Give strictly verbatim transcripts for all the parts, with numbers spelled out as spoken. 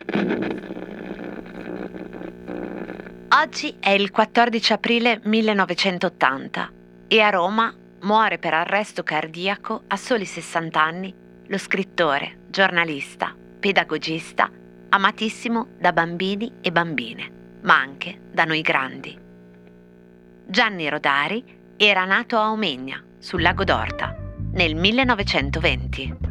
Oggi è il quattordici aprile millenovecentottanta e a Roma muore per arresto cardiaco a soli sessanta anni lo scrittore, giornalista, pedagogista, amatissimo da bambini e bambine, ma anche da noi grandi. Gianni Rodari era nato a Omegna, sul lago d'Orta, nel millenovecentoventi.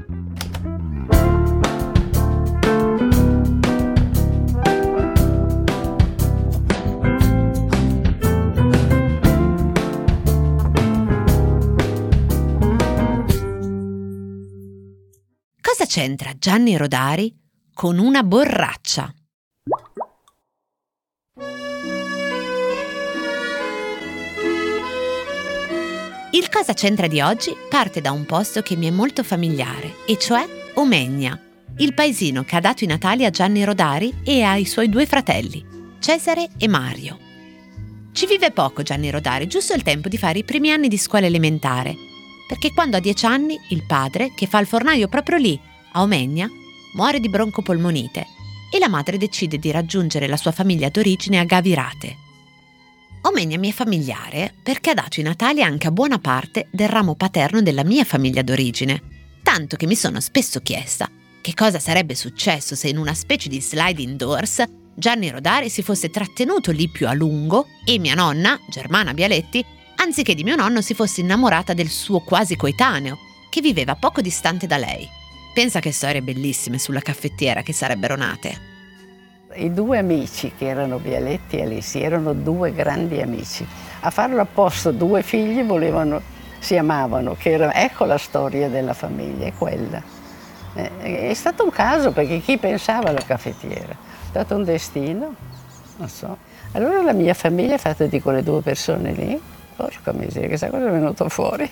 Cosa c'entra Gianni Rodari con una borraccia? Il Cosa c'entra di oggi parte da un posto che mi è molto familiare, e cioè Omegna, il paesino che ha dato i natali a Gianni Rodari e ai suoi due fratelli, Cesare e Mario. Ci vive poco Gianni Rodari, giusto il tempo di fare i primi anni di scuola elementare, perché quando ha dieci anni il padre, che fa il fornaio proprio lì, a Omegna, muore di broncopolmonite e la madre decide di raggiungere la sua famiglia d'origine a Gavirate. Omegna mi è familiare perché ha dato i natali anche a buona parte del ramo paterno della mia famiglia d'origine, tanto che mi sono spesso chiesta che cosa sarebbe successo se in una specie di sliding doors Gianni Rodari si fosse trattenuto lì più a lungo e mia nonna, Germana Bialetti, anziché di mio nonno si fosse innamorata del suo quasi coetaneo, che viveva poco distante da lei. Pensa che storie bellissime sulla caffettiera che sarebbero nate. I due amici che erano Bialetti e Alissi erano due grandi amici. A farlo apposta due figli volevano, si amavano, che era, ecco la storia della famiglia, è quella. Eh, è stato un caso perché chi pensava alla caffettiera? È stato un destino, non so. Allora la mia famiglia è fatta di quelle due persone lì. Porca miseria, che sa cosa è venuto fuori.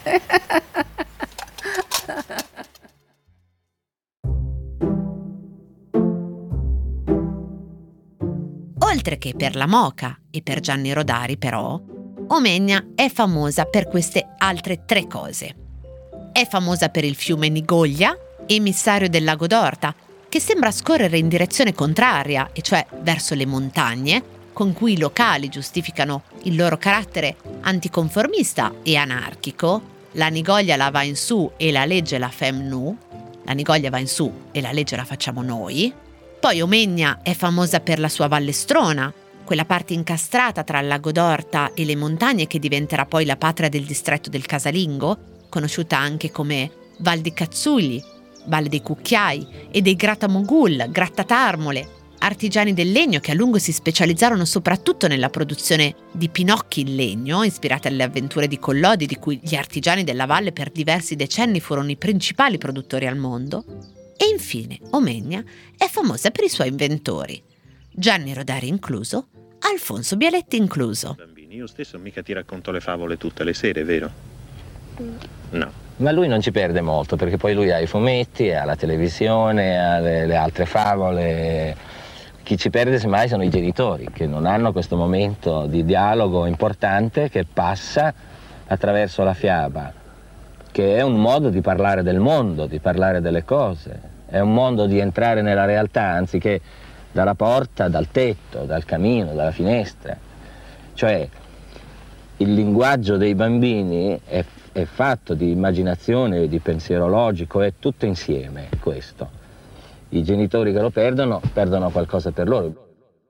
Oltre che per la moka e per Gianni Rodari, però, Omegna è famosa per queste altre tre cose. È famosa per il fiume Nigoglia, emissario del lago d'Orta, che sembra scorrere in direzione contraria, e cioè verso le montagne, con cui i locali giustificano il loro carattere anticonformista e anarchico. La Nigoglia la va in su e la legge la fem nu, la Nigoglia va in su e la legge la facciamo noi. Poi Omegna è famosa per la sua Vallestrona, quella parte incastrata tra il lago d'Orta e le montagne che diventerà poi la patria del distretto del casalingo, conosciuta anche come Val di Cazzugli, Valle dei Cucchiai e dei Gratamogul, Grattatarmole, artigiani del legno che a lungo si specializzarono soprattutto nella produzione di pinocchi in legno, ispirate alle avventure di Collodi, di cui gli artigiani della valle per diversi decenni furono i principali produttori al mondo. E infine Omegna è famosa per i suoi inventori, Gianni Rodari incluso, Alfonso Bialetti incluso. Bambini, io stesso mica ti racconto le favole tutte le sere, vero? No. Ma lui non ci perde molto, perché poi lui ha i fumetti, ha la televisione, ha le, le altre favole. Chi ci perde semmai sono i genitori, che non hanno questo momento di dialogo importante che passa attraverso la fiaba, che è un modo di parlare del mondo, di parlare delle cose. È un modo di entrare nella realtà, anziché dalla porta, dal tetto, dal camino, dalla finestra. Cioè, il linguaggio dei bambini è, è fatto di immaginazione, di pensiero logico, è tutto insieme questo. I genitori che lo perdono, perdono qualcosa per loro.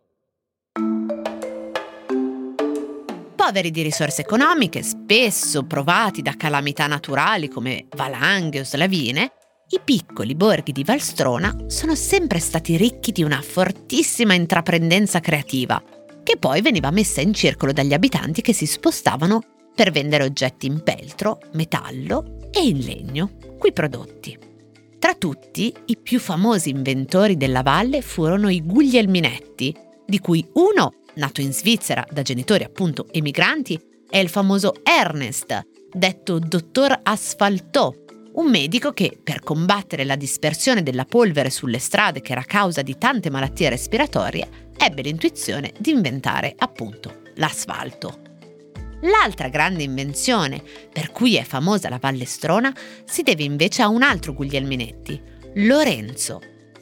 Poveri di risorse economiche, spesso provati da calamità naturali come valanghe o slavine, i piccoli borghi di Valstrona sono sempre stati ricchi di una fortissima intraprendenza creativa, che poi veniva messa in circolo dagli abitanti che si spostavano per vendere oggetti in peltro, metallo e in legno, qui prodotti. Tra tutti, i più famosi inventori della valle furono i Guglielminetti, di cui uno, nato in Svizzera da genitori appunto emigranti, è il famoso Ernest, detto dottor Asfaltò, un medico che, per combattere la dispersione della polvere sulle strade che era causa di tante malattie respiratorie, ebbe l'intuizione di inventare appunto l'asfalto. L'altra grande invenzione, per cui è famosa la Vallestrona, si deve invece a un altro Guglielminetti, Lorenzo,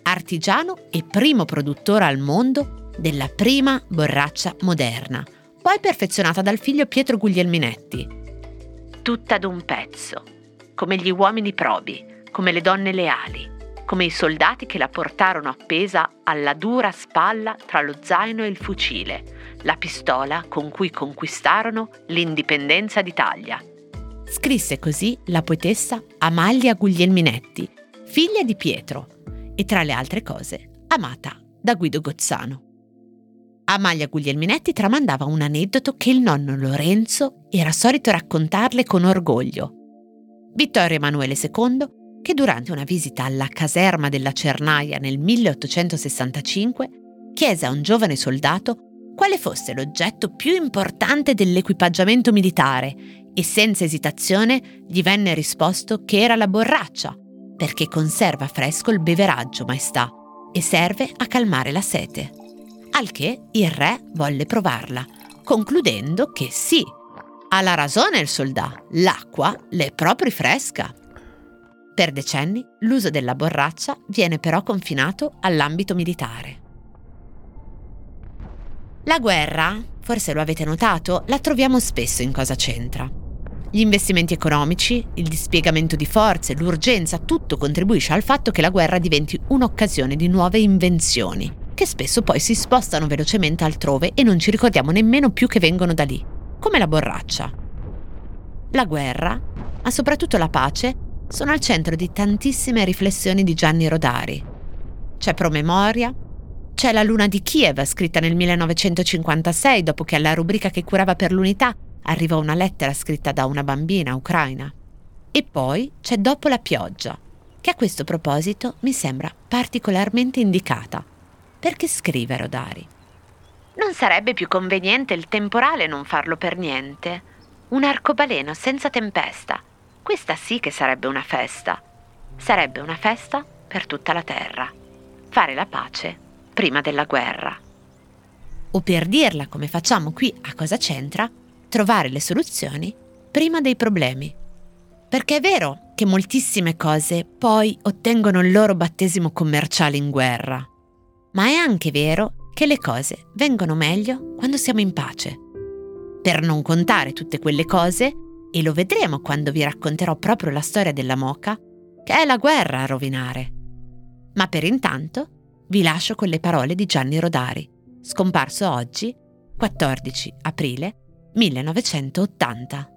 artigiano e primo produttore al mondo della prima borraccia moderna, poi perfezionata dal figlio Pietro Guglielminetti. Tutta d'un pezzo, come gli uomini probi, come le donne leali, come i soldati che la portarono appesa alla dura spalla tra lo zaino e il fucile, la pistola con cui conquistarono l'indipendenza d'Italia. Scrisse così la poetessa Amalia Guglielminetti, figlia di Pietro, e tra le altre cose amata da Guido Gozzano. Amalia Guglielminetti tramandava un aneddoto che il nonno Lorenzo era solito raccontarle con orgoglio. Vittorio Emanuele secondo, che durante una visita alla caserma della Cernaia nel milleottocentosessantacinque chiese a un giovane soldato quale fosse l'oggetto più importante dell'equipaggiamento militare e senza esitazione gli venne risposto che era la borraccia, perché conserva fresco il beveraggio, maestà, e serve a calmare la sete. Al che il re volle provarla, concludendo che sì, ha la ragione il soldà, l'acqua l'è proprio fresca. Per decenni l'uso della borraccia viene però confinato all'ambito militare. La guerra, forse lo avete notato, la troviamo spesso in Cosa c'entra. Gli investimenti economici, il dispiegamento di forze, l'urgenza, tutto contribuisce al fatto che la guerra diventi un'occasione di nuove invenzioni, che spesso poi si spostano velocemente altrove e non ci ricordiamo nemmeno più che vengono da lì, come la borraccia. La guerra, ma soprattutto la pace, sono al centro di tantissime riflessioni di Gianni Rodari. C'è Promemoria, c'è La luna di Kiev, scritta nel millenovecentocinquantasei, dopo che alla rubrica che curava per l'unità arrivò una lettera scritta da una bambina ucraina. E poi c'è Dopo la pioggia, che a questo proposito mi sembra particolarmente indicata. Perché scrive Rodari? Non sarebbe più conveniente il temporale non farlo per niente? Un arcobaleno senza tempesta. Questa sì che sarebbe una festa. Sarebbe una festa per tutta la terra. Fare la pace prima della guerra. O per dirla come facciamo qui a Cosa c'entra, trovare le soluzioni prima dei problemi. Perché è vero che moltissime cose poi ottengono il loro battesimo commerciale in guerra, ma è anche vero che le cose vengono meglio quando siamo in pace. Per non contare tutte quelle cose, e lo vedremo quando vi racconterò proprio la storia della Moka, che è la guerra a rovinare. Ma per intanto vi lascio con le parole di Gianni Rodari, scomparso oggi, quattordici aprile millenovecentottanta.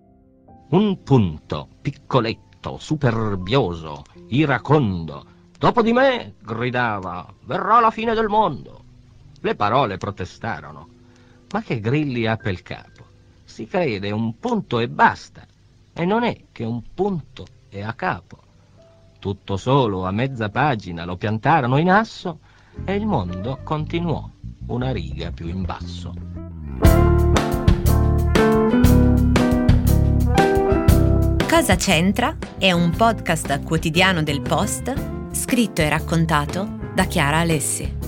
Un punto, piccoletto, superbioso, iracondo, dopo di me, gridava, verrà la fine del mondo. Le parole protestarono. Ma che grilli ha pel capo? Si crede un punto e basta, e non è che un punto e a capo. Tutto solo a mezza pagina lo piantarono in asso e il mondo continuò una riga più in basso. Cosa c'entra è un podcast quotidiano del Post, scritto e raccontato da Chiara Alessi.